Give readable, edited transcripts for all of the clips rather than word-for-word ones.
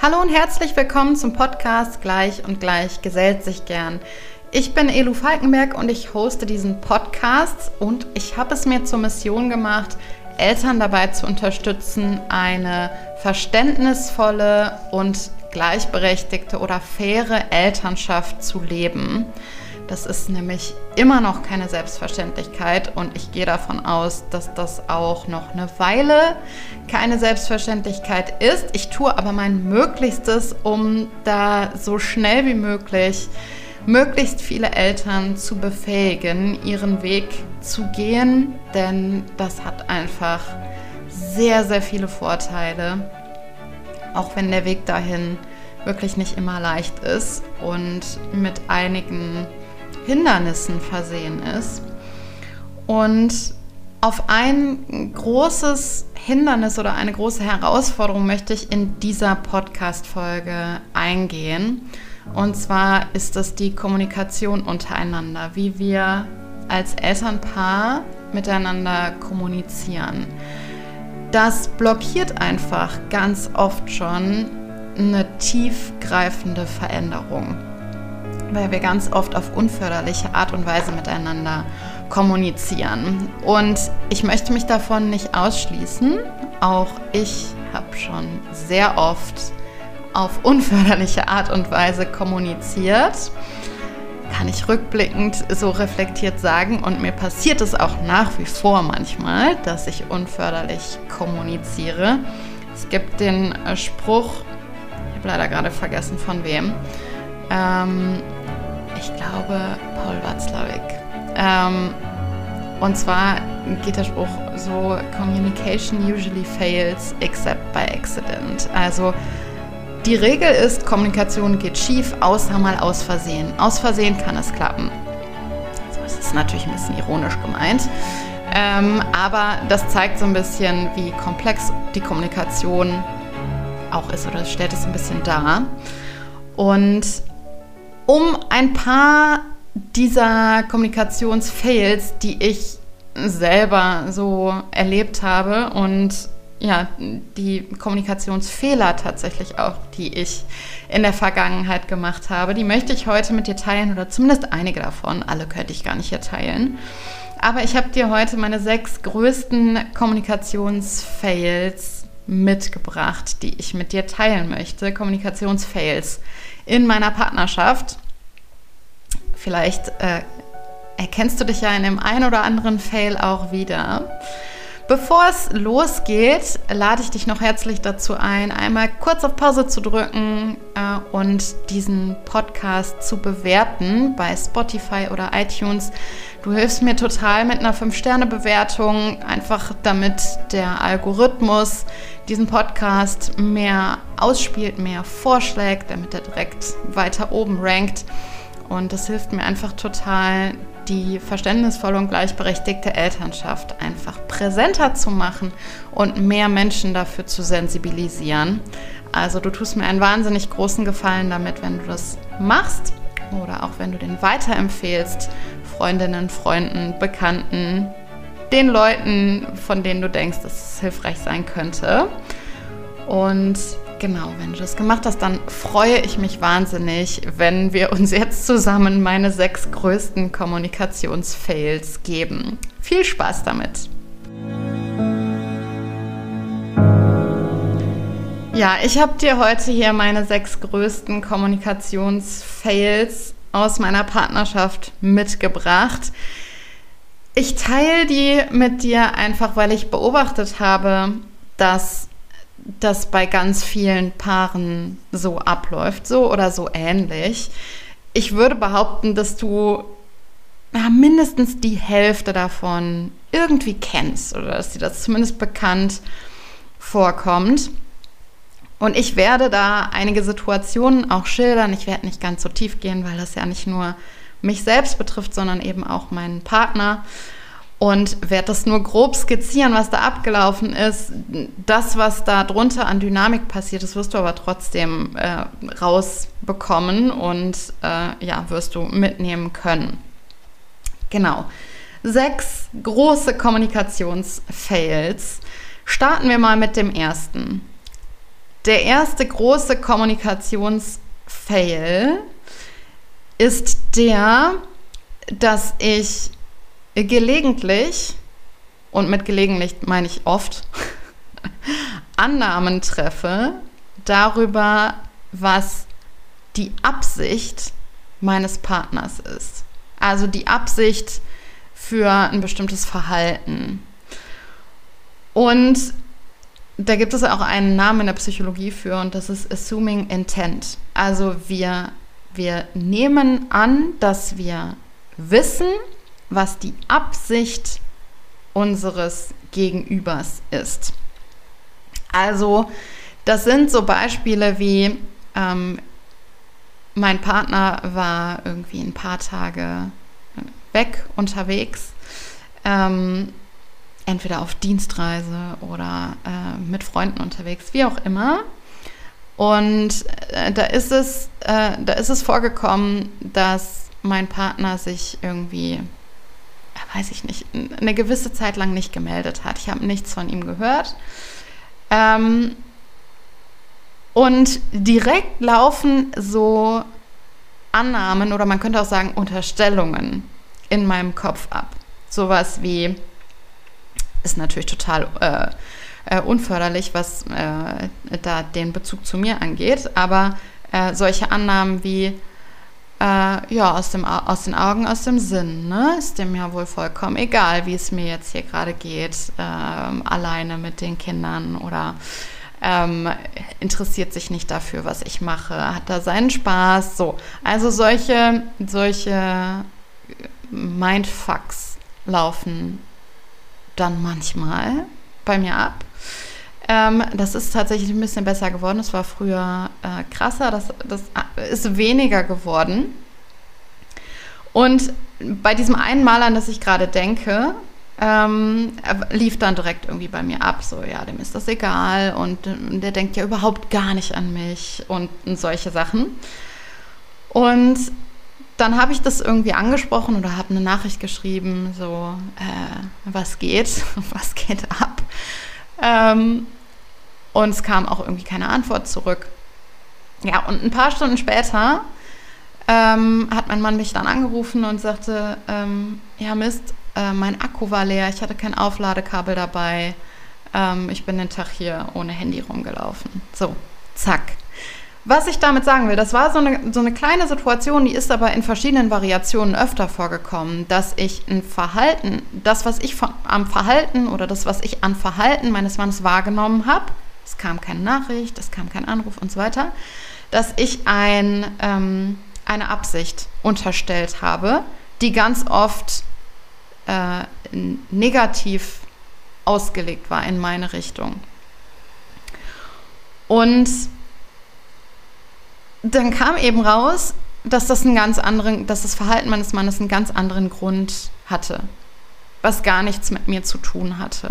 Hallo und herzlich willkommen zum Podcast Gleich und Gleich gesellt sich gern. Ich bin Elu Falkenberg und ich hoste diesen Podcast und ich habe es mir zur Mission gemacht, Eltern dabei zu unterstützen, eine verständnisvolle und gleichberechtigte oder faire Elternschaft zu leben. Das ist nämlich immer noch keine Selbstverständlichkeit und ich gehe davon aus, dass das auch noch eine Weile keine Selbstverständlichkeit ist. Ich tue aber mein Möglichstes, um da so schnell wie möglich möglichst viele Eltern zu befähigen, ihren Weg zu gehen, denn das hat einfach sehr, sehr viele Vorteile, auch wenn der Weg dahin wirklich nicht immer leicht ist und mit einigen Hindernissen versehen ist. Und auf ein großes Hindernis oder eine große Herausforderung möchte ich in dieser Podcast-Folge eingehen. Und zwar ist es die Kommunikation untereinander, wie wir als Elternpaar miteinander kommunizieren. Das blockiert einfach ganz oft schon eine tiefgreifende Veränderung, weil wir ganz oft auf unförderliche Art und Weise miteinander kommunizieren. Und ich möchte mich davon nicht ausschließen. Auch ich habe schon sehr oft auf unförderliche Art und Weise kommuniziert. Kann ich rückblickend so reflektiert sagen. Und mir passiert es auch nach wie vor manchmal, dass ich unförderlich kommuniziere. Es gibt den Spruch, ich habe leider gerade vergessen von wem, ich glaube Paul Watzlawick. Und zwar geht der Spruch so: Communication usually fails except by accident. Also die Regel ist, Kommunikation geht schief, außer mal aus Versehen. Aus Versehen kann es klappen. So, das ist natürlich ein bisschen ironisch gemeint. Aber das zeigt so ein bisschen, wie komplex die Kommunikation auch ist, oder stellt es ein bisschen dar. Und um ein paar dieser Kommunikationsfails, die ich selber so erlebt habe und ja, die Kommunikationsfehler tatsächlich auch, die ich in der Vergangenheit gemacht habe, die möchte ich heute mit dir teilen oder zumindest einige davon. Alle könnte ich gar nicht hier teilen. Aber ich habe dir heute meine 6 größten Kommunikationsfails mitgebracht, die ich mit dir teilen möchte. Kommunikationsfails in meiner Partnerschaft. Vielleicht erkennst du dich ja in dem einen oder anderen Fail auch wieder. Bevor es losgeht, lade ich dich noch herzlich dazu ein, einmal kurz auf Pause zu drücken und diesen Podcast zu bewerten bei Spotify oder iTunes. Du hilfst mir total mit einer 5-Sterne-Bewertung, einfach damit der Algorithmus diesen Podcast mehr ausspielt, mehr vorschlägt, damit er direkt weiter oben rankt. Und das hilft mir einfach total, die verständnisvolle und gleichberechtigte Elternschaft einfach präsenter zu machen und mehr Menschen dafür zu sensibilisieren. Also du tust mir einen wahnsinnig großen Gefallen damit, wenn du das machst oder auch wenn du den weiterempfehlst, Freundinnen, Freunden, Bekannten, den Leuten, von denen du denkst, dass es hilfreich sein könnte. Und genau, wenn du das gemacht hast, dann freue ich mich wahnsinnig, wenn wir uns jetzt zusammen meine 6 größten Kommunikationsfails geben. Viel Spaß damit! Ja, ich habe dir heute hier meine 6 größten Kommunikationsfails aus meiner Partnerschaft mitgebracht. Ich teile die mit dir einfach, weil ich beobachtet habe, dass das bei ganz vielen Paaren so abläuft, so oder so ähnlich. Ich würde behaupten, dass du mindestens die Hälfte davon irgendwie kennst oder dass dir das zumindest bekannt vorkommt. Und ich werde da einige Situationen auch schildern. Ich werde nicht ganz so tief gehen, weil das ja nicht nur mich selbst betrifft, sondern eben auch meinen Partner. Und werde das nur grob skizzieren, was da abgelaufen ist. Das, was da drunter an Dynamik passiert ist, wirst du aber trotzdem rausbekommen und wirst du mitnehmen können. Genau. 6 große Kommunikationsfails. Starten wir mal mit dem ersten. der erste große Kommunikationsfail ist der, dass ich gelegentlich, und mit gelegentlich meine ich oft, Annahmen treffe darüber, was die Absicht meines Partners ist. Also die Absicht für ein bestimmtes Verhalten. Und da gibt es auch einen Namen in der Psychologie für, und das ist Assuming Intent. Also wir nehmen an, dass wir wissen, was die Absicht unseres Gegenübers ist. Also das sind so Beispiele wie, mein Partner war irgendwie ein paar Tage weg unterwegs, entweder auf Dienstreise oder mit Freunden unterwegs, wie auch immer. Und da ist es vorgekommen, dass mein Partner sich irgendwie, weiß ich nicht, eine gewisse Zeit lang nicht gemeldet hat. Ich habe nichts von ihm gehört. Und direkt laufen so Annahmen oder man könnte auch sagen Unterstellungen in meinem Kopf ab. Sowas wie, ist natürlich total unförderlich, was da den Bezug zu mir angeht, aber solche Annahmen wie, aus den Augen, aus dem Sinn, ne? Ist dem ja wohl vollkommen egal, wie es mir jetzt hier gerade geht, alleine mit den Kindern oder interessiert sich nicht dafür, was ich mache, hat da seinen Spaß, so. Also solche Mindfucks laufen dann manchmal bei mir ab. Das ist tatsächlich ein bisschen besser geworden. Das war früher krasser. Das ist weniger geworden. Und bei diesem einen Mal, an das ich gerade denke, lief dann direkt irgendwie bei mir ab. So, ja, dem ist das egal. Und der denkt ja überhaupt gar nicht an mich und solche Sachen. Und dann habe ich das irgendwie angesprochen oder habe eine Nachricht geschrieben, so, was geht? Was geht ab? Und es kam auch irgendwie keine Antwort zurück. Ja, und ein paar Stunden später hat mein Mann mich dann angerufen und sagte, ja Mist, mein Akku war leer, ich hatte kein Aufladekabel dabei, ich bin den Tag hier ohne Handy rumgelaufen. So, zack. Was ich damit sagen will, das war so eine kleine Situation, die ist aber in verschiedenen Variationen öfter vorgekommen, dass ich ein Verhalten, das, was ich am Verhalten oder das, was ich an Verhalten meines Mannes wahrgenommen habe, es kam keine Nachricht, es kam kein Anruf und so weiter, dass ich eine Absicht unterstellt habe, die ganz oft negativ ausgelegt war in meine Richtung. Und dann kam eben raus, dass das Verhalten meines Mannes einen ganz anderen Grund hatte, was gar nichts mit mir zu tun hatte.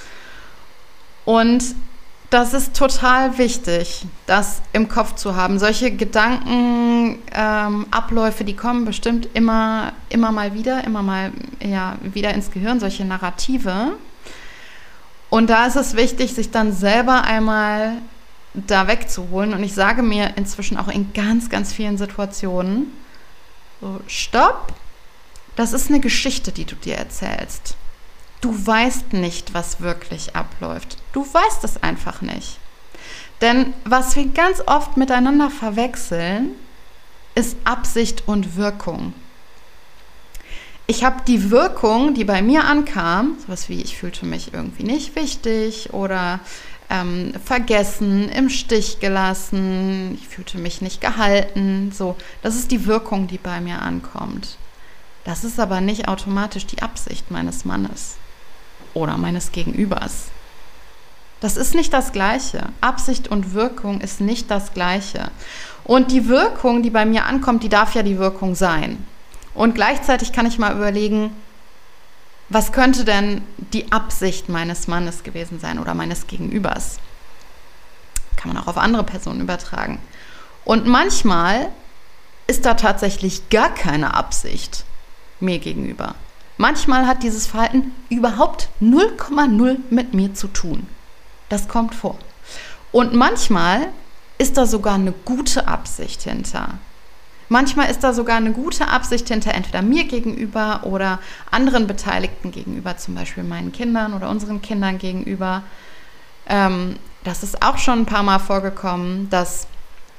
Und das ist total wichtig, das im Kopf zu haben. Solche Gedankenabläufe, die kommen bestimmt immer mal wieder ins Gehirn, solche Narrative. Und da ist es wichtig, sich dann selber einmal da wegzuholen. Und ich sage mir inzwischen auch in ganz, ganz vielen Situationen, so, stopp, das ist eine Geschichte, die du dir erzählst. Du weißt nicht, was wirklich abläuft. Du weißt es einfach nicht. Denn was wir ganz oft miteinander verwechseln, ist Absicht und Wirkung. Ich habe die Wirkung, die bei mir ankam, sowas wie ich fühlte mich irgendwie nicht wichtig oder vergessen, im Stich gelassen, ich fühlte mich nicht gehalten. So, das ist die Wirkung, die bei mir ankommt. Das ist aber nicht automatisch die Absicht meines Mannes oder meines Gegenübers. Das ist nicht das Gleiche. Absicht und Wirkung ist nicht das Gleiche. Und die Wirkung, die bei mir ankommt, die darf ja die Wirkung sein. Und gleichzeitig kann ich mal überlegen, was könnte denn die Absicht meines Mannes gewesen sein oder meines Gegenübers? Kann man auch auf andere Personen übertragen. Und manchmal ist da tatsächlich gar keine Absicht mir gegenüber. Manchmal hat dieses Verhalten überhaupt 0,0 mit mir zu tun. Das kommt vor. Und manchmal ist da sogar eine gute Absicht hinter. Manchmal ist da sogar eine gute Absicht hinter, entweder mir gegenüber oder anderen Beteiligten gegenüber, zum Beispiel meinen Kindern oder unseren Kindern gegenüber. Das ist auch schon ein paar Mal vorgekommen, dass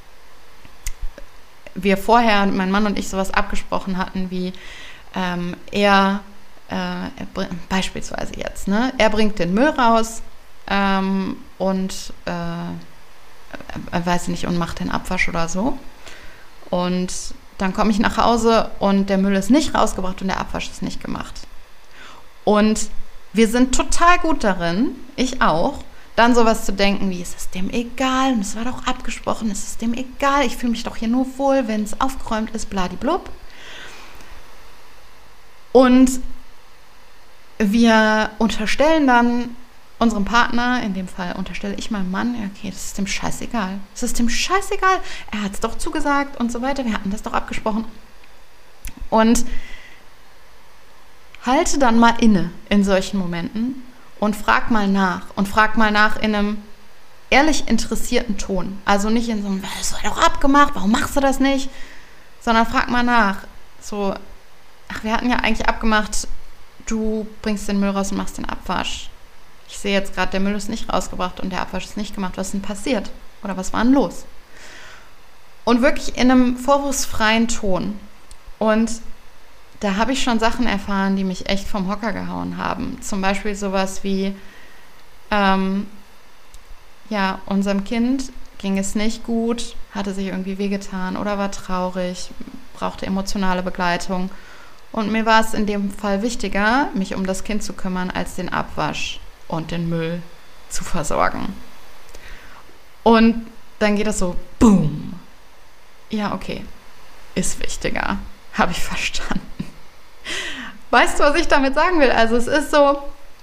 wir vorher, mein Mann und ich, sowas abgesprochen hatten, wie beispielsweise jetzt, ne? Er bringt den Müll raus und weiß nicht, und macht den Abwasch oder so. Und dann komme ich nach Hause und der Müll ist nicht rausgebracht und der Abwasch ist nicht gemacht. Und wir sind total gut darin, ich auch, dann sowas zu denken wie, ist es dem egal, und es war doch abgesprochen, ist es dem egal, ich fühle mich doch hier nur wohl, wenn es aufgeräumt ist, bladiblub. Und wir unterstellen dann unserem Partner, in dem Fall unterstelle ich meinem Mann, okay, das ist dem scheißegal. Es ist dem scheißegal, er hat es doch zugesagt und so weiter, wir hatten das doch abgesprochen. Und halte dann mal inne in solchen Momenten und frag mal nach. Und frag mal nach in einem ehrlich interessierten Ton. Also nicht in so einem, das war doch abgemacht, warum machst du das nicht? Sondern frag mal nach. So, ach, wir hatten ja eigentlich abgemacht, du bringst den Müll raus und machst den Abwasch. Ich sehe jetzt gerade, der Müll ist nicht rausgebracht und der Abwasch ist nicht gemacht. Was ist denn passiert? Oder was war denn los? Und wirklich in einem vorwurfsfreien Ton. Und da habe ich schon Sachen erfahren, die mich echt vom Hocker gehauen haben. Zum Beispiel sowas wie, unserem Kind ging es nicht gut, hatte sich irgendwie wehgetan oder war traurig, brauchte emotionale Begleitung. Und mir war es in dem Fall wichtiger, mich um das Kind zu kümmern, als den Abwasch und den Müll zu versorgen. Und dann geht das so, boom. Ja, okay, ist wichtiger, habe ich verstanden. Weißt du, was ich damit sagen will? Also es ist so,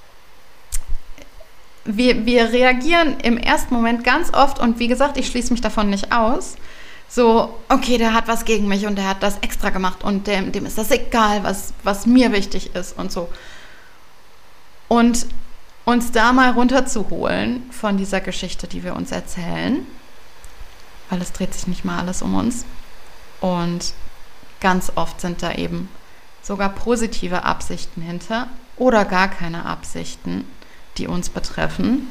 wir reagieren im ersten Moment ganz oft, und wie gesagt, ich schließe mich davon nicht aus, so, okay, der hat was gegen mich und der hat das extra gemacht und dem ist das egal, was mir wichtig ist und so. Und uns da mal runterzuholen von dieser Geschichte, die wir uns erzählen, weil es dreht sich nicht mal alles um uns. Und ganz oft sind da eben sogar positive Absichten hinter oder gar keine Absichten, die uns betreffen.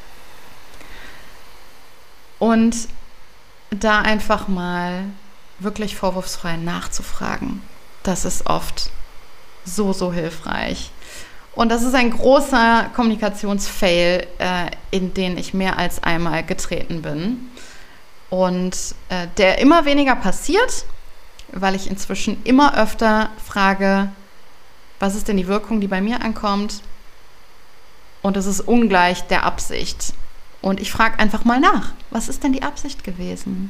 Und da einfach mal wirklich vorwurfsfrei nachzufragen, das ist oft so hilfreich. Und das ist ein großer Kommunikationsfail, in den ich mehr als einmal getreten bin. Und der immer weniger passiert, weil ich inzwischen immer öfter frage, was ist denn die Wirkung, die bei mir ankommt? Und es ist ungleich der Absicht. Und ich frage einfach mal nach, was ist denn die Absicht gewesen?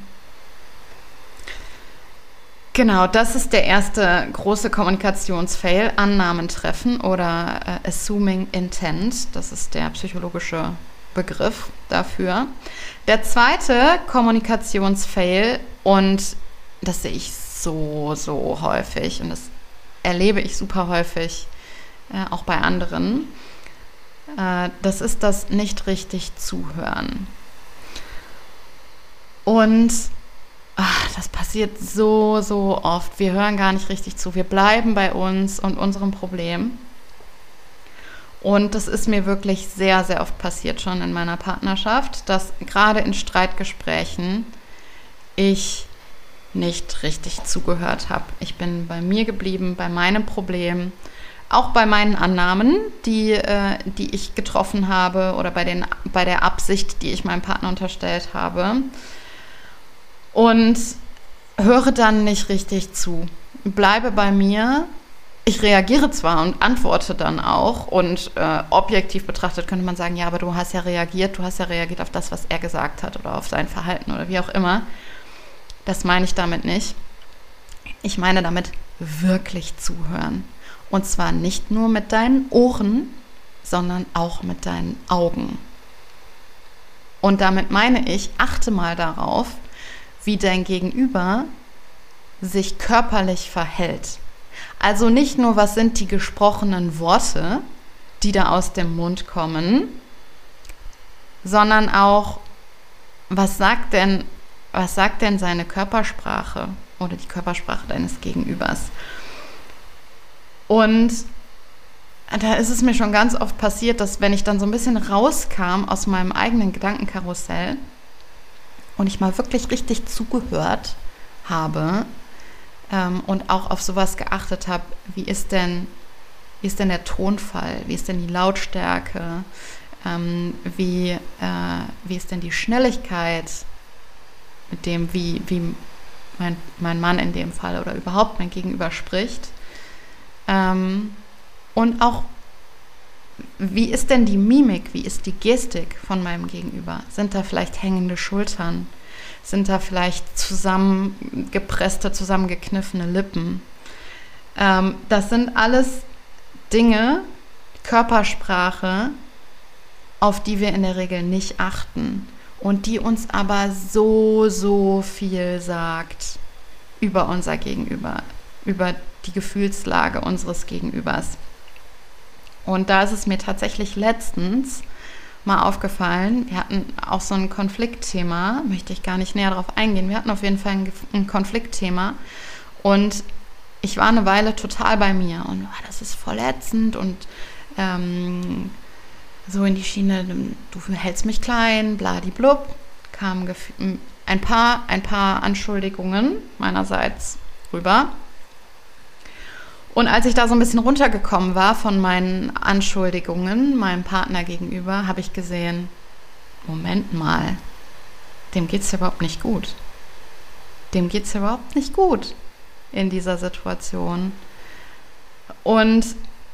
Genau, das ist der erste große Kommunikationsfail, Annahmen treffen oder assuming intent. Das ist der psychologische Begriff dafür. Der zweite Kommunikationsfail, und das sehe ich so häufig und das erlebe ich super häufig, auch bei anderen, das ist das nicht richtig zuhören. Und das passiert so oft. Wir hören gar nicht richtig zu. Wir bleiben bei uns und unserem Problem. Und das ist mir wirklich sehr oft passiert schon in meiner Partnerschaft, dass gerade in Streitgesprächen ich nicht richtig zugehört habe. Ich bin bei mir geblieben, bei meinem Problem, auch bei meinen Annahmen, die ich getroffen habe oder bei der Absicht, die ich meinem Partner unterstellt habe. Und höre dann nicht richtig zu. Bleibe bei mir. Ich reagiere zwar und antworte dann auch, und objektiv betrachtet könnte man sagen, ja, aber du hast ja reagiert auf das, was er gesagt hat oder auf sein Verhalten oder wie auch immer. Das meine ich damit nicht. Ich meine damit wirklich zuhören. Und zwar nicht nur mit deinen Ohren, sondern auch mit deinen Augen. Und damit meine ich, achte mal darauf, wie dein Gegenüber sich körperlich verhält. Also nicht nur, was sind die gesprochenen Worte, die da aus dem Mund kommen, sondern auch, was sagt denn seine Körpersprache oder die Körpersprache deines Gegenübers? Und da ist es mir schon ganz oft passiert, dass wenn ich dann so ein bisschen rauskam aus meinem eigenen Gedankenkarussell und ich mal wirklich richtig zugehört habe und auch auf sowas geachtet habe, wie ist denn der Tonfall, wie ist denn die Lautstärke, wie ist denn die Schnelligkeit, mit dem, wie mein Mann in dem Fall oder überhaupt mein Gegenüber spricht. Und auch, wie ist denn die Mimik, wie ist die Gestik von meinem Gegenüber? Sind da vielleicht hängende Schultern? Sind da vielleicht zusammengepresste, zusammengekniffene Lippen? Das sind alles Dinge, Körpersprache, auf die wir in der Regel nicht achten und die uns aber so viel sagt über unser Gegenüber, über die Gefühlslage unseres Gegenübers. Und da ist es mir tatsächlich letztens mal aufgefallen, wir hatten auch so ein Konfliktthema, möchte ich gar nicht näher darauf eingehen, wir hatten auf jeden Fall ein Konfliktthema und ich war eine Weile total bei mir und das ist verletzend und so in die Schiene, du hältst mich klein, bladiblub, kamen ein paar Anschuldigungen meinerseits rüber. Und als ich da so ein bisschen runtergekommen war von meinen Anschuldigungen meinem Partner gegenüber, habe ich gesehen, Moment mal, dem geht's ja überhaupt nicht gut. Dem geht's ja überhaupt nicht gut in dieser Situation. Und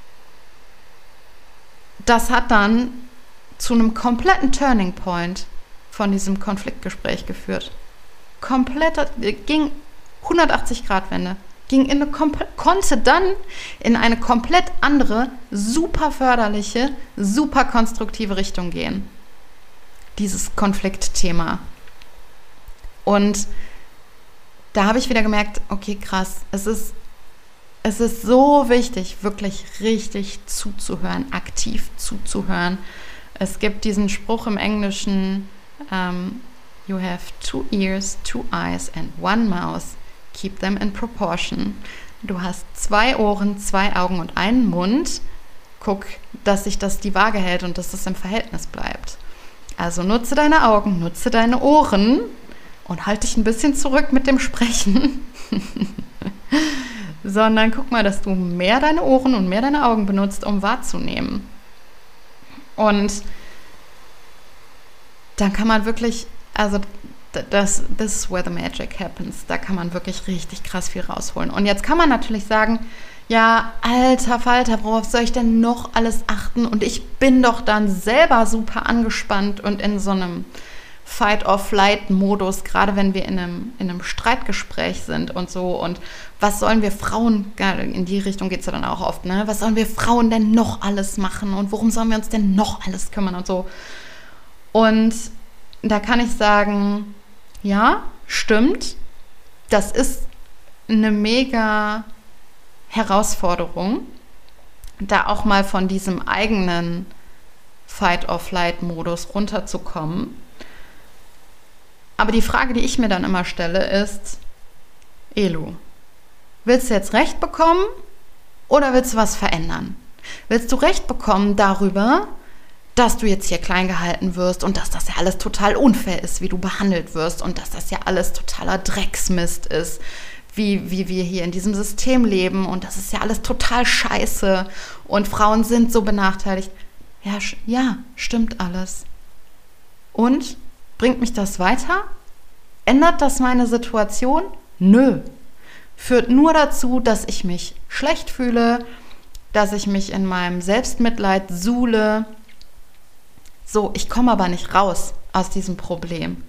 das hat dann zu einem kompletten Turning Point von diesem Konfliktgespräch geführt. Ging 180-Grad-Wende. Konnte dann in eine komplett andere, super förderliche, super konstruktive Richtung gehen. Dieses Konfliktthema. Und da habe ich wieder gemerkt, okay, krass, es ist so wichtig, wirklich richtig zuzuhören, aktiv zuzuhören. Es gibt diesen Spruch im Englischen, you have 2 ears, 2 eyes and 1 mouth. Keep them in proportion. Du hast 2 Ohren, 2 Augen und einen Mund. Guck, dass sich das die Waage hält und dass das im Verhältnis bleibt. Also nutze deine Augen, nutze deine Ohren und halt dich ein bisschen zurück mit dem Sprechen. Sondern guck mal, dass du mehr deine Ohren und mehr deine Augen benutzt, um wahrzunehmen. Und dann kann man wirklich, also this is where the magic happens. Da kann man wirklich richtig krass viel rausholen. Und jetzt kann man natürlich sagen, ja, alter Falter, worauf soll ich denn noch alles achten? Und ich bin doch dann selber super angespannt und in so einem Fight-or-Flight-Modus, gerade wenn wir in einem Streitgespräch sind und so. Und was sollen wir Frauen, in die Richtung geht es ja dann auch oft, ne? Was sollen wir Frauen denn noch alles machen? Und worum sollen wir uns denn noch alles kümmern und so? Und da kann ich sagen, ja, stimmt, das ist eine mega Herausforderung, da auch mal von diesem eigenen Fight-or-Flight-Modus runterzukommen. Aber die Frage, die ich mir dann immer stelle, ist, Elu, willst du jetzt Recht bekommen oder willst du was verändern? Willst du Recht bekommen darüber, dass du jetzt hier klein gehalten wirst und dass das ja alles total unfair ist, wie du behandelt wirst und dass das ja alles totaler Drecksmist ist, wie wir hier in diesem System leben und das ist ja alles total scheiße und Frauen sind so benachteiligt. Ja, stimmt alles. Und? Bringt mich das weiter? Ändert das meine Situation? Nö. Führt nur dazu, dass ich mich schlecht fühle, dass ich mich in meinem Selbstmitleid suhle. So, ich komme aber nicht raus aus diesem Problem.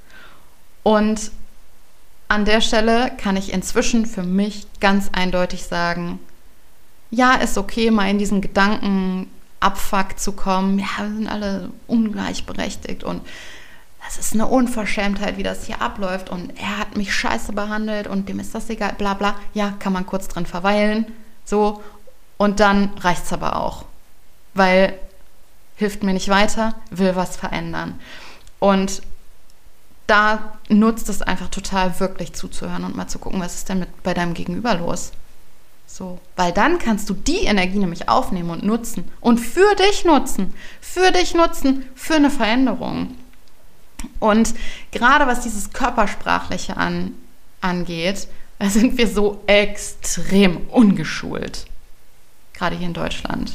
Und an der Stelle kann ich inzwischen für mich ganz eindeutig sagen, ja, ist okay, mal in diesen Gedankenabfuck zu kommen. Ja, wir sind alle ungleichberechtigt und das ist eine Unverschämtheit, wie das hier abläuft und er hat mich scheiße behandelt und dem ist das egal, bla bla. Ja, kann man kurz dran verweilen, so, und dann reicht's aber auch, weil hilft mir nicht weiter, will was verändern. Und da nutzt es einfach total, wirklich zuzuhören und mal zu gucken, was ist denn bei deinem Gegenüber los. So, weil dann kannst du die Energie nämlich aufnehmen und nutzen und für dich nutzen, für eine Veränderung. Und gerade was dieses Körpersprachliche angeht, da sind wir so extrem ungeschult. Gerade hier in Deutschland.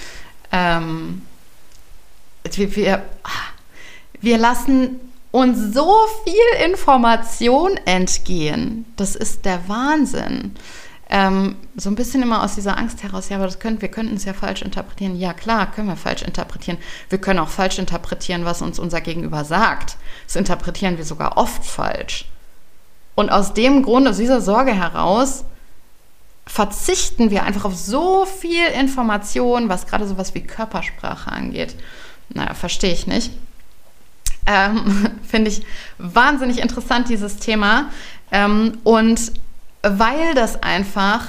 Wir lassen uns so viel Information entgehen. Das ist der Wahnsinn. So ein bisschen immer aus dieser Angst heraus, ja, aber wir könnten es ja falsch interpretieren. Ja, klar, können wir falsch interpretieren. Wir können auch falsch interpretieren, was uns unser Gegenüber sagt. Das interpretieren wir sogar oft falsch. Und aus dem Grund, aus dieser Sorge heraus, verzichten wir einfach auf so viel Information, was gerade sowas wie Körpersprache angeht. Naja, verstehe ich nicht. Finde ich wahnsinnig interessant, dieses Thema. Und weil das einfach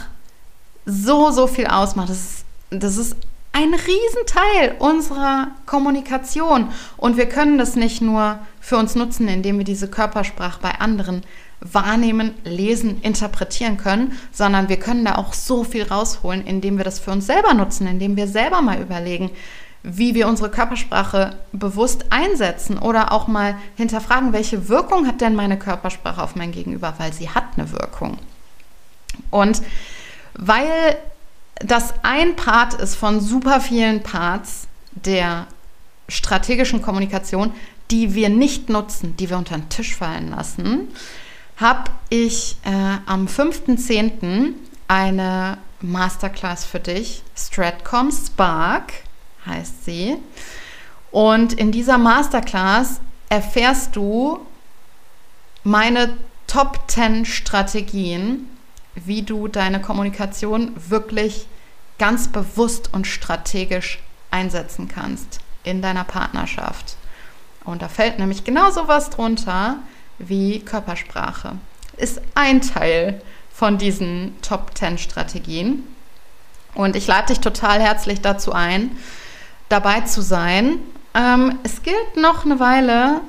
so viel ausmacht, das ist ein Riesenteil unserer Kommunikation. Und wir können das nicht nur für uns nutzen, indem wir diese Körpersprache bei anderen wahrnehmen, lesen, interpretieren können, sondern wir können da auch so viel rausholen, indem wir das für uns selber nutzen, indem wir selber mal überlegen, wie wir unsere Körpersprache bewusst einsetzen oder auch mal hinterfragen, welche Wirkung hat denn meine Körpersprache auf mein Gegenüber, weil sie hat eine Wirkung. Und weil das ein Part ist von super vielen Parts der strategischen Kommunikation, die wir nicht nutzen, die wir unter den Tisch fallen lassen, habe ich am 5.10. eine Masterclass für dich, Stratcom Spark heißt sie. Und in dieser Masterclass erfährst du meine Top 10 Strategien, wie du deine Kommunikation wirklich ganz bewusst und strategisch einsetzen kannst in deiner Partnerschaft. Und da fällt nämlich genau sowas drunter wie Körpersprache. Ist ein Teil von diesen Top 10 Strategien. Und ich lade dich total herzlich dazu ein, dabei zu sein. Es gilt noch eine Weile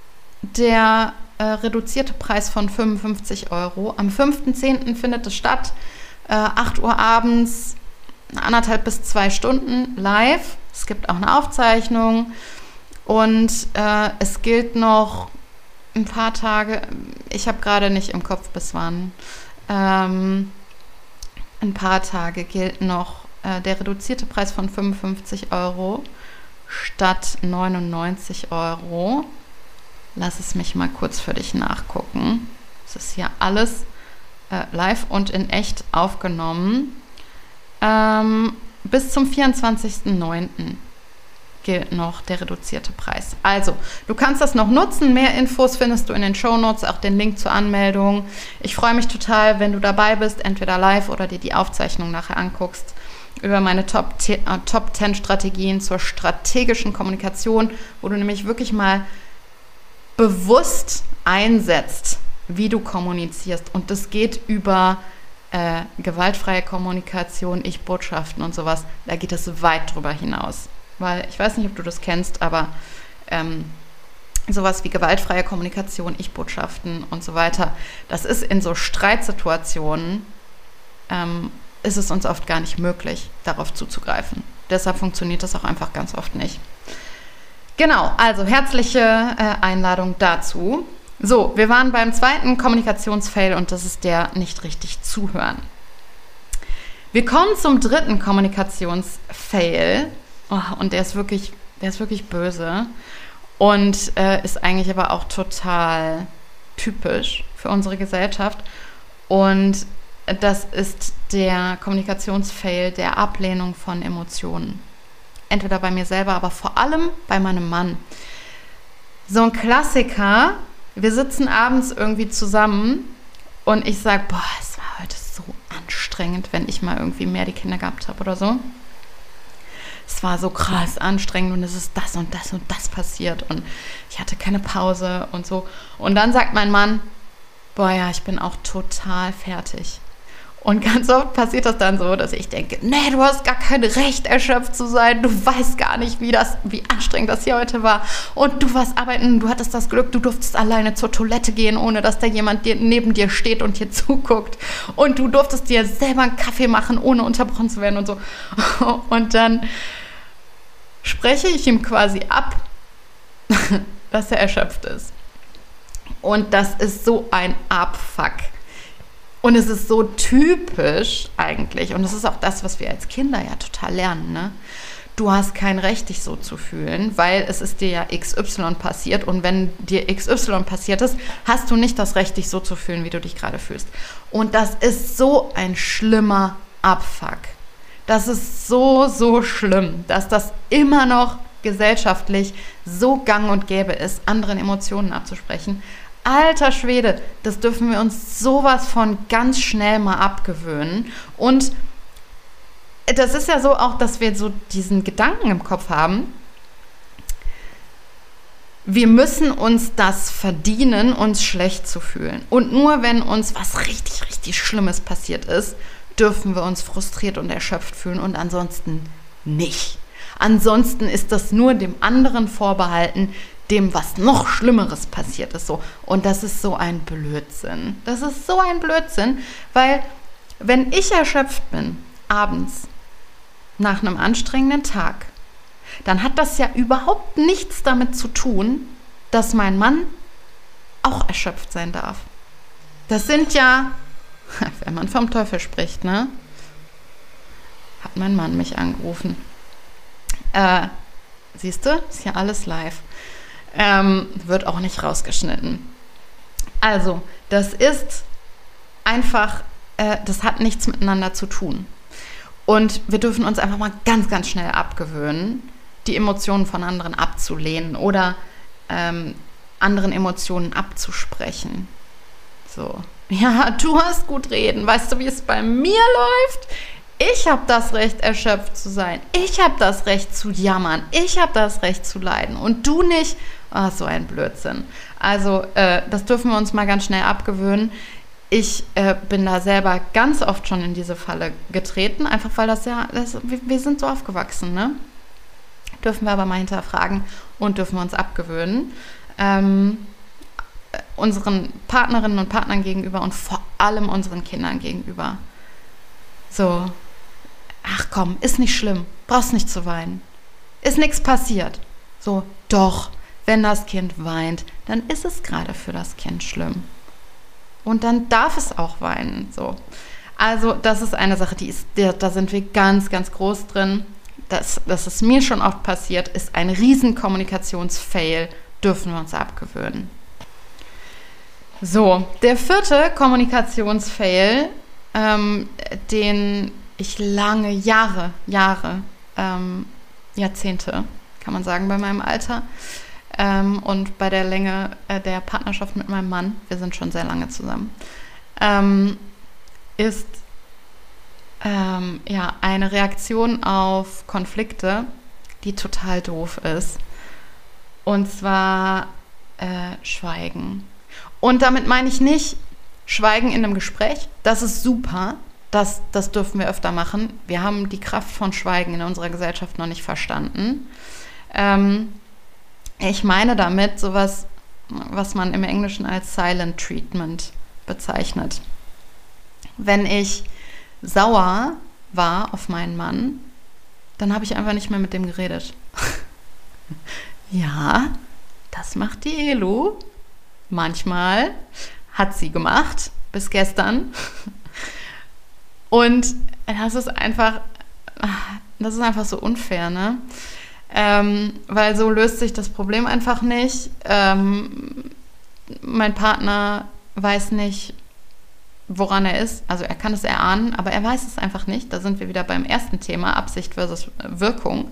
der reduzierte Preis von 55 €. Am 5.10. findet es statt, 8 Uhr abends, 1,5 bis 2 Stunden live. Es gibt auch eine Aufzeichnung und es gilt noch ein paar Tage, ich habe gerade nicht im Kopf bis wann, ein paar Tage gilt noch der reduzierte Preis von 55 € statt 99 €. Lass es mich mal kurz für dich nachgucken. Es ist hier alles live und in echt aufgenommen. Bis zum 24.09. gilt noch der reduzierte Preis. Also, du kannst das noch nutzen. Mehr Infos findest du in den Shownotes, auch den Link zur Anmeldung. Ich freue mich total, wenn du dabei bist, entweder live oder dir die Aufzeichnung nachher anguckst, über meine Top 10 Strategien zur strategischen Kommunikation, wo du nämlich wirklich mal bewusst einsetzt, wie du kommunizierst. Und das geht über gewaltfreie Kommunikation, Ich-Botschaften und sowas. Da geht es weit drüber hinaus. Weil, ich weiß nicht, ob du das kennst, aber sowas wie gewaltfreie Kommunikation, Ich-Botschaften und so weiter, das ist in so Streitsituationen, ist es uns oft gar nicht möglich, darauf zuzugreifen. Deshalb funktioniert das auch einfach ganz oft nicht. Genau, also herzliche Einladung dazu. So, wir waren beim zweiten Kommunikationsfail und das ist der nicht richtig zuhören. Wir kommen zum dritten Kommunikationsfail. Oh, und der ist wirklich böse und ist eigentlich aber auch total typisch für unsere Gesellschaft. Und das ist der Kommunikationsfail der Ablehnung von Emotionen. Entweder bei mir selber, aber vor allem bei meinem Mann. So ein Klassiker, wir sitzen abends irgendwie zusammen und ich sage, boah, es war heute so anstrengend, wenn ich mal irgendwie mehr die Kinder gehabt habe oder so. Es war so krass anstrengend und es ist das und das und das passiert und ich hatte keine Pause und so. Und dann sagt mein Mann, boah ja, ich bin auch total fertig. Und ganz oft passiert das dann so, dass ich denke, nee, du hast gar kein Recht, erschöpft zu sein. Du weißt gar nicht, wie anstrengend das hier heute war. Und du warst arbeiten, du hattest das Glück, du durftest alleine zur Toilette gehen, ohne dass da jemand neben dir steht und dir zuguckt. Und du durftest dir selber einen Kaffee machen, ohne unterbrochen zu werden und so. Und dann spreche ich ihm quasi ab, dass er erschöpft ist. Und das ist so ein Abfuck. Und es ist so typisch eigentlich, und das ist auch das, was wir als Kinder ja total lernen, ne? Du hast kein Recht, dich so zu fühlen, weil es ist dir ja XY passiert, und wenn dir XY passiert ist, hast du nicht das Recht, dich so zu fühlen, wie du dich gerade fühlst. Und das ist so ein schlimmer Abfuck. Das ist so, so schlimm, dass das immer noch gesellschaftlich so gang und gäbe ist, anderen Emotionen abzusprechen. Alter Schwede, das dürfen wir uns sowas von ganz schnell mal abgewöhnen. Und das ist ja so auch, dass wir so diesen Gedanken im Kopf haben, wir müssen uns das verdienen, uns schlecht zu fühlen. Und nur wenn uns was richtig, richtig Schlimmes passiert ist, dürfen wir uns frustriert und erschöpft fühlen und ansonsten nicht. Ansonsten ist das nur dem anderen vorbehalten, dem was noch Schlimmeres passiert ist. So. Und das ist so ein Blödsinn. Das ist so ein Blödsinn, weil wenn ich erschöpft bin, abends, nach einem anstrengenden Tag, dann hat das ja überhaupt nichts damit zu tun, dass mein Mann auch erschöpft sein darf. Das sind ja, wenn man vom Teufel spricht, ne? Hat mein Mann mich angerufen. Siehst du, ist ja alles live. Wird auch nicht rausgeschnitten. Also, das ist einfach, das hat nichts miteinander zu tun. Und wir dürfen uns einfach mal ganz, ganz schnell abgewöhnen, die Emotionen von anderen abzulehnen oder anderen Emotionen abzusprechen. So, ja, du hast gut reden. Weißt du, wie es bei mir läuft? Ich habe das Recht, erschöpft zu sein. Ich habe das Recht zu jammern. Ich habe das Recht zu leiden. Und du nicht? Ach, so ein Blödsinn. Also, das dürfen wir uns mal ganz schnell abgewöhnen. Ich bin da selber ganz oft schon in diese Falle getreten, einfach weil wir sind so aufgewachsen, ne? Dürfen wir aber mal hinterfragen und dürfen wir uns abgewöhnen. Unseren Partnerinnen und Partnern gegenüber und vor allem unseren Kindern gegenüber. So, ach komm, ist nicht schlimm, brauchst nicht zu weinen. Ist nichts passiert. So, doch, wenn das Kind weint, dann ist es gerade für das Kind schlimm. Und dann darf es auch weinen. So. Also das ist eine Sache, da sind wir ganz, ganz groß drin. Das ist mir schon oft passiert, ist ein riesen Kommunikationsfail, dürfen wir uns abgewöhnen. So, der 4. Kommunikationsfail, den ich lange Jahrzehnte, kann man sagen, bei meinem Alter, und bei der Länge der Partnerschaft mit meinem Mann, wir sind schon sehr lange zusammen, ist eine Reaktion auf Konflikte, die total doof ist. Und zwar Schweigen. Und damit meine ich nicht Schweigen in einem Gespräch. Das ist super. Das dürfen wir öfter machen. Wir haben die Kraft von Schweigen in unserer Gesellschaft noch nicht verstanden. Ich meine damit sowas, was man im Englischen als Silent Treatment bezeichnet. Wenn ich sauer war auf meinen Mann, dann habe ich einfach nicht mehr mit dem geredet. Ja, das macht die Elu. Manchmal hat sie gemacht, bis gestern. Und das ist einfach so unfair, ne? Weil so löst sich das Problem einfach nicht. Mein Partner weiß nicht, woran er ist. Also er kann es erahnen, aber er weiß es einfach nicht. Da sind wir wieder beim ersten Thema, Absicht versus Wirkung.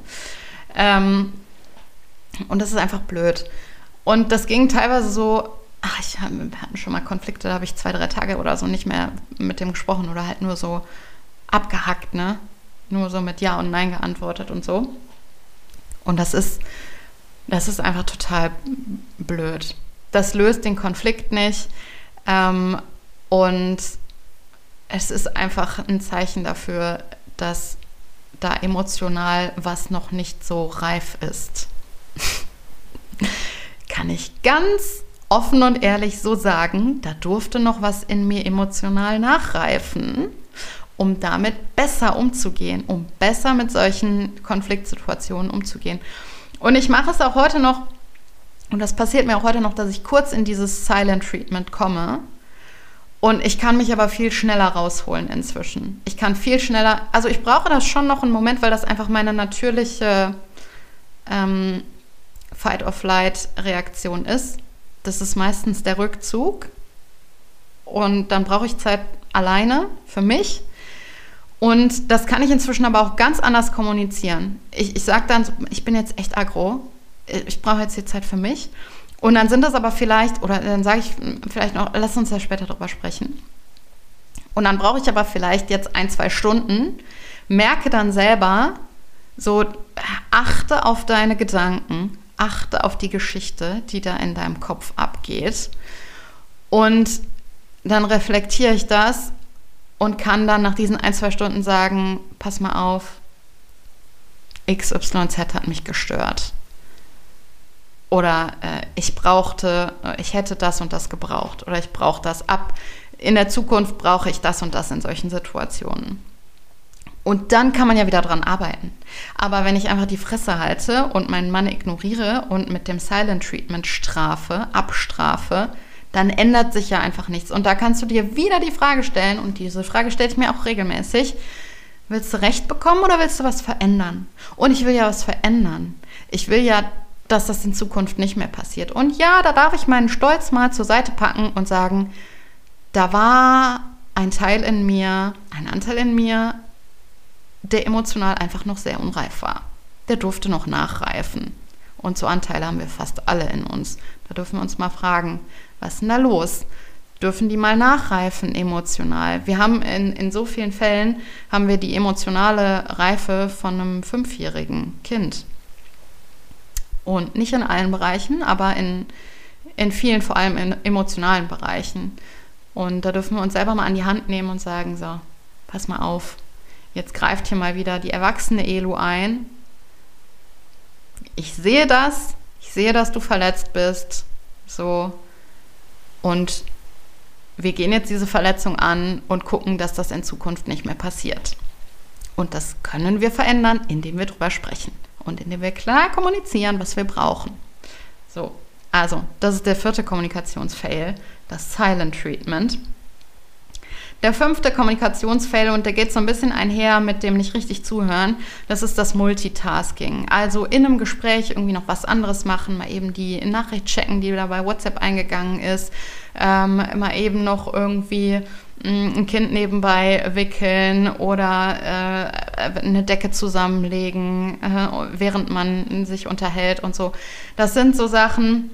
Und das ist einfach blöd. Und das ging teilweise so, wir hatten schon mal Konflikte, da habe ich 2-3 Tage oder so nicht mehr mit dem gesprochen oder halt nur so abgehackt, ne? Nur so mit Ja und Nein geantwortet und so. Und das ist einfach total blöd. Das löst den Konflikt nicht. Und es ist einfach ein Zeichen dafür, dass da emotional was noch nicht so reif ist. Kann ich ganz offen und ehrlich so sagen, da durfte noch was in mir emotional nachreifen, um damit besser umzugehen, um besser mit solchen Konfliktsituationen umzugehen. Und ich mache es auch heute noch, und das passiert mir auch heute noch, dass ich kurz in dieses Silent Treatment komme. Und ich kann mich aber viel schneller rausholen inzwischen. Ich kann viel schneller, also ich brauche das schon noch einen Moment, weil das einfach meine natürliche Fight-or-Flight-Reaktion ist. Das ist meistens der Rückzug. Und dann brauche ich Zeit alleine für mich. Und das kann ich inzwischen aber auch ganz anders kommunizieren. Ich sage dann, ich bin jetzt echt aggro. Ich brauche jetzt die Zeit für mich. Und dann sind das aber vielleicht, oder dann sage ich vielleicht noch, lass uns da später drüber sprechen. Und dann brauche ich aber vielleicht jetzt 1-2 Stunden, merke dann selber, so achte auf deine Gedanken, achte auf die Geschichte, die da in deinem Kopf abgeht. Und dann reflektiere ich das und kann dann nach diesen 1-2 Stunden sagen, pass mal auf, XYZ hat mich gestört. Oder ich hätte das und das gebraucht. Oder ich brauche das in der Zukunft brauche ich das und das in solchen Situationen. Und dann kann man ja wieder dran arbeiten. Aber wenn ich einfach die Fresse halte und meinen Mann ignoriere und mit dem Silent Treatment abstrafe, dann ändert sich ja einfach nichts. Und da kannst du dir wieder die Frage stellen, und diese Frage stelle ich mir auch regelmäßig, willst du Recht bekommen oder willst du was verändern? Und ich will ja was verändern. Ich will ja, dass das in Zukunft nicht mehr passiert. Und ja, da darf ich meinen Stolz mal zur Seite packen und sagen, da war ein Anteil in mir, der emotional einfach noch sehr unreif war. Der durfte noch nachreifen. Und so Anteile haben wir fast alle in uns. Da dürfen wir uns mal fragen, was ist denn da los? Dürfen die mal nachreifen emotional? Wir haben in so vielen Fällen haben wir die emotionale Reife von einem 5-jährigen Kind. Und nicht in allen Bereichen, aber in vielen, vor allem in emotionalen Bereichen. Und da dürfen wir uns selber mal an die Hand nehmen und sagen, so, pass mal auf, jetzt greift hier mal wieder die erwachsene Elu ein. Ich sehe, dass du verletzt bist. So. Und wir gehen jetzt diese Verletzung an und gucken, dass das in Zukunft nicht mehr passiert. Und das können wir verändern, indem wir drüber sprechen. Und indem wir klar kommunizieren, was wir brauchen. So, also, das ist der 4. Kommunikationsfail, das Silent Treatment. Der 5. Kommunikationsfail, und der geht so ein bisschen einher mit dem nicht richtig zuhören, das ist das Multitasking. Also in einem Gespräch irgendwie noch was anderes machen, mal eben die Nachricht checken, die da bei WhatsApp eingegangen ist, mal eben noch irgendwie ein Kind nebenbei wickeln oder eine Decke zusammenlegen, während man sich unterhält und so. Das sind so Sachen,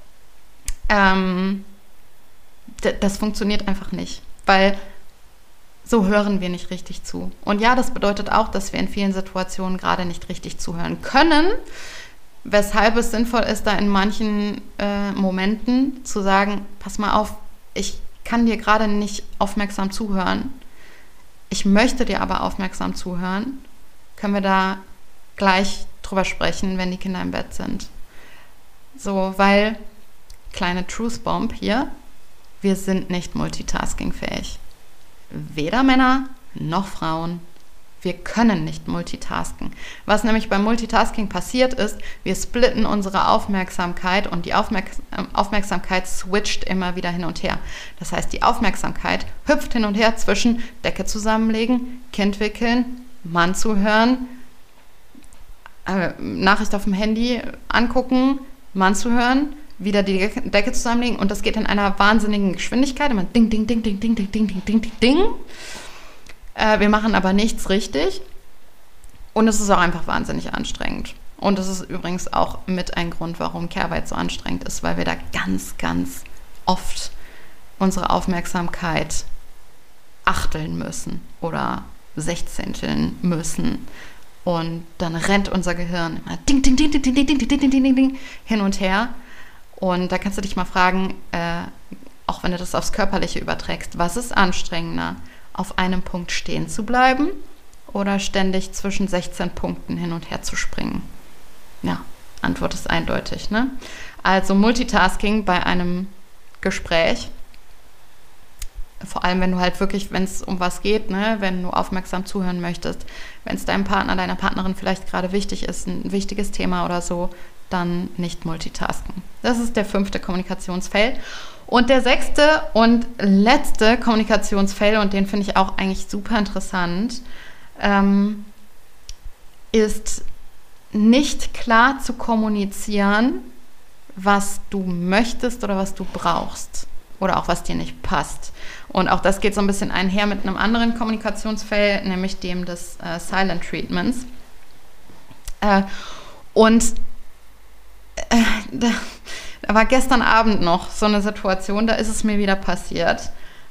das funktioniert einfach nicht, weil so hören wir nicht richtig zu. Und ja, das bedeutet auch, dass wir in vielen Situationen gerade nicht richtig zuhören können, weshalb es sinnvoll ist, da in manchen Momenten zu sagen, pass mal auf, ich kann dir gerade nicht aufmerksam zuhören. Ich möchte dir aber aufmerksam zuhören. Können wir da gleich drüber sprechen, wenn die Kinder im Bett sind. So, weil, kleine Truth Bomb hier, wir sind nicht multitaskingfähig. Weder Männer noch Frauen. Wir können nicht multitasken. Was nämlich beim Multitasking passiert ist, wir splitten unsere Aufmerksamkeit und die Aufmerksamkeit switcht immer wieder hin und her. Das heißt, die Aufmerksamkeit hüpft hin und her zwischen Decke zusammenlegen, Kind wickeln, Mann zuhören, Nachricht auf dem Handy angucken, Mann zuhören, wieder die Decke zusammenlegen, und das geht in einer wahnsinnigen Geschwindigkeit. Immer ding, ding, ding, ding, ding, ding, ding, ding, ding, ding, ding. Wir machen aber nichts richtig, und es ist auch einfach wahnsinnig anstrengend. Und das ist übrigens auch mit ein Grund, warum Care-Arbeit so anstrengend ist, weil wir da ganz, ganz oft unsere Aufmerksamkeit achteln müssen oder sechzehnteln müssen. Und dann rennt unser Gehirn immer ding, ding, ding, ding, ding, ding, ding, ding, ding, ding, hin und her. Und da kannst du dich mal fragen, auch wenn du das aufs Körperliche überträgst, was ist anstrengender? auf einem Punkt stehen zu bleiben oder ständig zwischen 16 Punkten hin und her zu springen? Ja, Antwort ist eindeutig, ne? Also Multitasking bei einem Gespräch, vor allem wenn du halt wirklich, wenn es um was geht, ne, wenn du aufmerksam zuhören möchtest, wenn es deinem Partner, deiner Partnerin vielleicht gerade wichtig ist, ein wichtiges Thema oder so, dann nicht multitasken. Das ist der 5. Kommunikationsfail. Und der 6. und letzte Kommunikationsfail, und den finde ich auch eigentlich super interessant, ist nicht klar zu kommunizieren, was du möchtest oder was du brauchst oder auch was dir nicht passt. Und auch das geht so ein bisschen einher mit einem anderen Kommunikationsfail, nämlich dem des Silent Treatments. Da war gestern Abend noch so eine Situation, da ist es mir wieder passiert.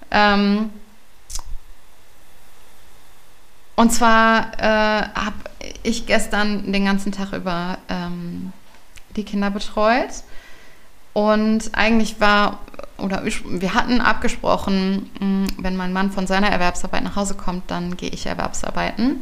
Und zwar habe ich gestern den ganzen Tag über die Kinder betreut. Und eigentlich wir hatten abgesprochen, wenn mein Mann von seiner Erwerbsarbeit nach Hause kommt, dann gehe ich Erwerbsarbeiten.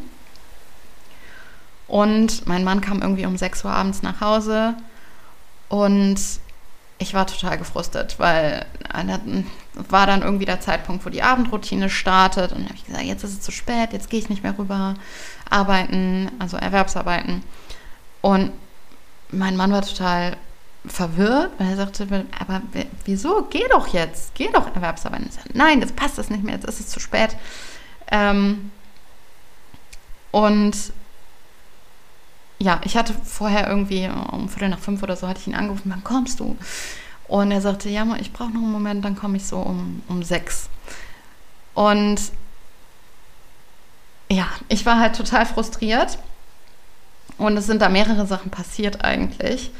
Und mein Mann kam irgendwie um 6 Uhr abends nach Hause und ich war total gefrustet, weil war dann irgendwie der Zeitpunkt, wo die Abendroutine startet. Und dann habe ich gesagt, jetzt ist es zu spät, jetzt gehe ich nicht mehr rüber arbeiten, also Erwerbsarbeiten. Und mein Mann war total verwirrt, weil er sagte, aber wieso? Geh doch jetzt, geh doch Erwerbsarbeiten. Ich sagte, nein, jetzt passt das nicht mehr, jetzt ist es zu spät. Und ja, ich hatte vorher irgendwie um 4:45 oder so, hatte ich ihn angerufen, wann kommst du? Und er sagte, ja, ich brauche noch einen Moment, dann komme ich so um 6. Und ja, ich war halt total frustriert und es sind da mehrere Sachen passiert eigentlich.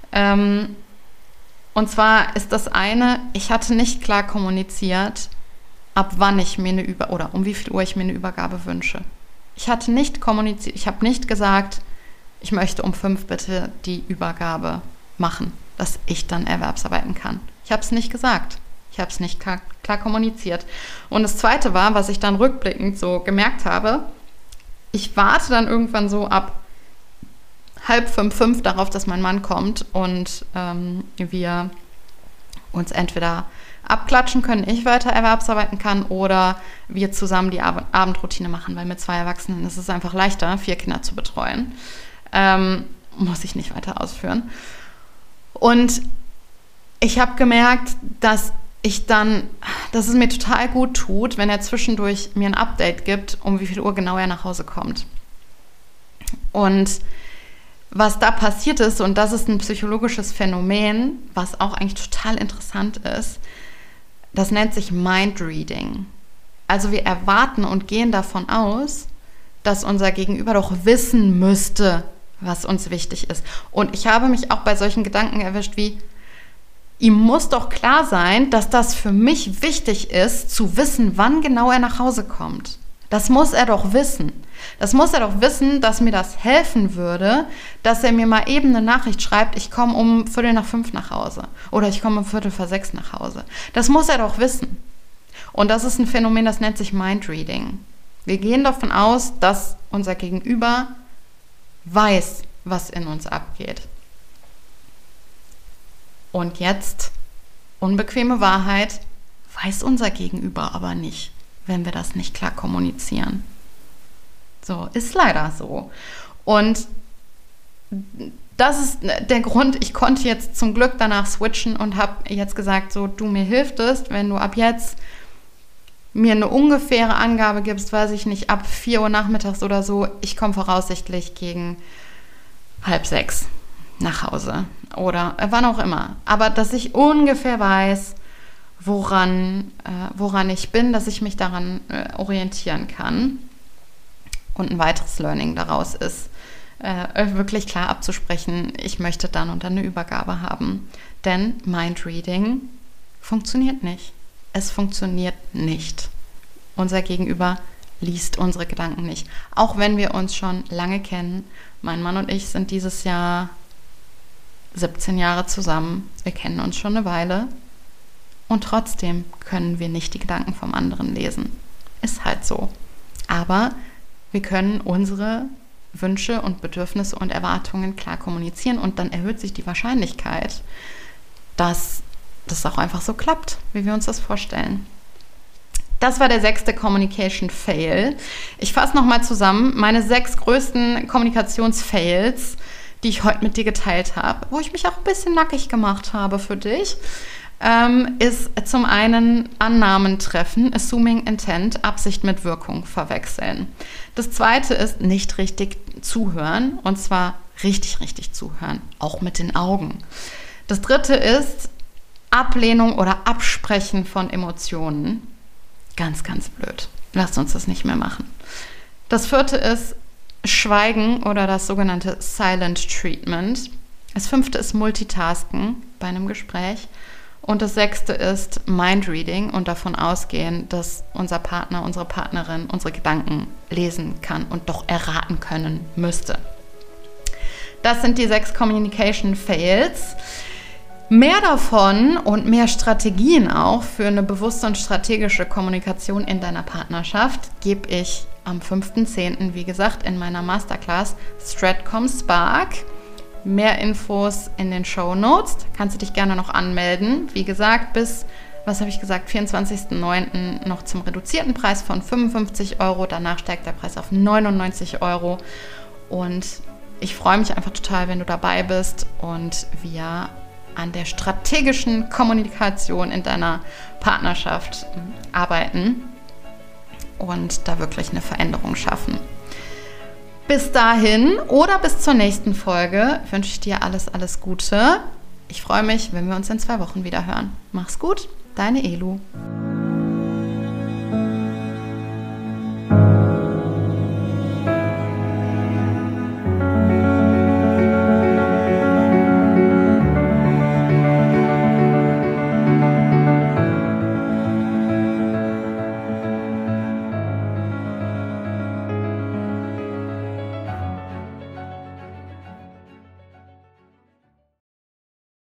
Und zwar ist das eine, ich hatte nicht klar kommuniziert, ab wann ich mir oder um wie viel Uhr ich mir eine Übergabe wünsche. Ich hatte nicht kommuniziert, ich habe nicht gesagt, ich möchte um 5 bitte die Übergabe machen, dass ich dann Erwerbsarbeiten kann. Ich habe es nicht gesagt. Ich habe es nicht klar kommuniziert. Und das Zweite war, was ich dann rückblickend so gemerkt habe, ich warte dann irgendwann so ab 4:30, 5 darauf, dass mein Mann kommt und wir uns entweder abklatschen können, ich weiter Erwerbsarbeiten kann oder wir zusammen die Abendroutine machen, weil mit 2 Erwachsenen ist es einfach leichter, 4 Kinder zu betreuen. Muss ich nicht weiter ausführen. Und ich habe gemerkt, dass es mir total gut tut, wenn er zwischendurch mir ein Update gibt, um wie viel Uhr genau er nach Hause kommt. Und was da passiert ist, und das ist ein psychologisches Phänomen, was auch eigentlich total interessant ist, das nennt sich Mindreading. Also wir erwarten und gehen davon aus, dass unser Gegenüber doch wissen müsste, was uns wichtig ist. Und ich habe mich auch bei solchen Gedanken erwischt wie, ihm muss doch klar sein, dass das für mich wichtig ist, zu wissen, wann genau er nach Hause kommt. Das muss er doch wissen. Das muss er doch wissen, dass mir das helfen würde, dass er mir mal eben eine Nachricht schreibt, ich komme um 4:45 nach Hause oder ich komme um 5:45 nach Hause. Das muss er doch wissen. Und das ist ein Phänomen, das nennt sich Mindreading. Wir gehen davon aus, dass unser Gegenüber weiß, was in uns abgeht. Und jetzt, unbequeme Wahrheit, weiß unser Gegenüber aber nicht, wenn wir das nicht klar kommunizieren. So, ist leider so. Und das ist der Grund, ich konnte jetzt zum Glück danach switchen und habe jetzt gesagt, so, du, mir hilft es, wenn du ab jetzt mir eine ungefähre Angabe gibst, weiß ich nicht, ab 4 Uhr nachmittags oder so, ich komme voraussichtlich gegen 5:30 nach Hause oder wann auch immer. Aber dass ich ungefähr weiß, woran ich bin, dass ich mich daran orientieren kann. Und ein weiteres Learning daraus ist, wirklich klar abzusprechen, ich möchte dann und dann eine Übergabe haben. Denn Mindreading funktioniert nicht. Es funktioniert nicht. Unser Gegenüber liest unsere Gedanken nicht. Auch wenn wir uns schon lange kennen. Mein Mann und ich sind dieses Jahr 17 Jahre zusammen. Wir kennen uns schon eine Weile. Und trotzdem können wir nicht die Gedanken vom anderen lesen. Ist halt so. Aber wir können unsere Wünsche und Bedürfnisse und Erwartungen klar kommunizieren und dann erhöht sich die Wahrscheinlichkeit, dass das auch einfach so klappt, wie wir uns das vorstellen. Das war der 6. Communication Fail. Ich fasse nochmal zusammen. Meine 6 größten Kommunikationsfails, die ich heute mit dir geteilt habe, wo ich mich auch ein bisschen nackig gemacht habe für dich, ist zum einen Annahmen treffen, Assuming Intent, Absicht mit Wirkung verwechseln. Das zweite ist nicht richtig zuhören, und zwar richtig, richtig zuhören, auch mit den Augen. Das dritte ist Ablehnung oder Absprechen von Emotionen. Ganz, ganz blöd. Lasst uns das nicht mehr machen. Das vierte ist Schweigen oder das sogenannte Silent Treatment. Das 5. ist Multitasken bei einem Gespräch. Und das 6. ist Mindreading und davon ausgehen, dass unser Partner, unsere Partnerin unsere Gedanken lesen kann und doch erraten können müsste. Das sind die 6 Communication Fails. Mehr davon und mehr Strategien auch für eine bewusste und strategische Kommunikation in deiner Partnerschaft gebe ich am 5.10., wie gesagt, in meiner Masterclass Stratcom Spark. Mehr Infos in den Shownotes. Kannst du dich gerne noch anmelden. Wie gesagt, bis, 24.09. noch zum reduzierten Preis von 55 €. Danach steigt der Preis auf 99 €. Und ich freue mich einfach total, wenn du dabei bist und wir an der strategischen Kommunikation in deiner Partnerschaft arbeiten und da wirklich eine Veränderung schaffen. Bis dahin oder bis zur nächsten Folge wünsche ich dir alles, alles Gute. Ich freue mich, wenn wir uns in 2 Wochen wieder hören. Mach's gut, deine Elu.